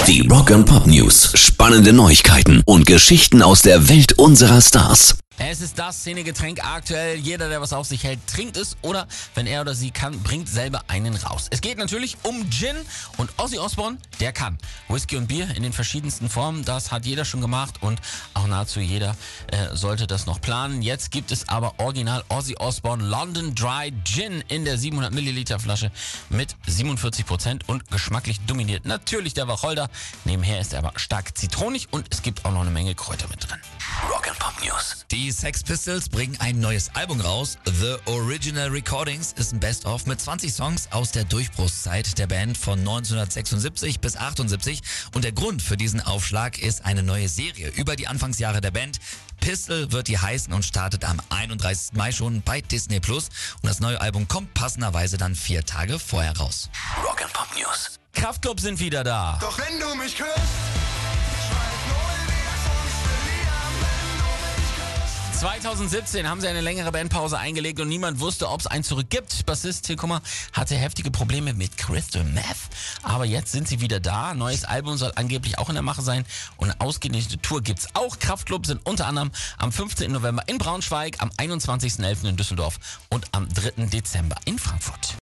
Die Rock and Pop News. Spannende Neuigkeiten und Geschichten aus der Welt unserer Stars. Es ist das Szenegetränk aktuell. Jeder, der was auf sich hält, trinkt es oder, wenn er oder sie kann, bringt selber einen raus. Es geht natürlich um Gin und Ozzy Osbourne, der kann. Whisky und Bier in den verschiedensten Formen, das hat jeder schon gemacht und auch nahezu jeder sollte das noch planen. Jetzt gibt es aber original Ozzy Osbourne London Dry Gin in der 700 Milliliter Flasche mit 47% und geschmacklich dominiert natürlich der Wacholder. Nebenher ist er aber stark zitronig und es gibt auch noch eine Menge Kräuter mit drin. Rock and Pop News. Die Sex Pistols bringen ein neues Album raus. The Original Recordings ist ein Best-of mit 20 Songs aus der Durchbruchszeit der Band von 1976 bis 78. Und der Grund für diesen Aufschlag ist eine neue Serie über die Anfangsjahre der Band. Pistol wird die heißen und startet am 31. Mai schon bei Disney+. Und das neue Album kommt passenderweise dann 4 Tage vorher raus. Rock and Pop News. Kraftklub sind wieder da. Doch wenn du mich küsst, 2017 haben sie eine längere Bandpause eingelegt und niemand wusste, ob es ein Zurück gibt. Bassist Till Kummer hatte heftige Probleme mit Crystal Meth, aber jetzt sind sie wieder da. Neues Album soll angeblich auch in der Mache sein und eine ausgehende Tour gibt's auch. Kraftklub sind unter anderem am 15. November in Braunschweig, am 21.11. in Düsseldorf und am 3. Dezember in Frankfurt.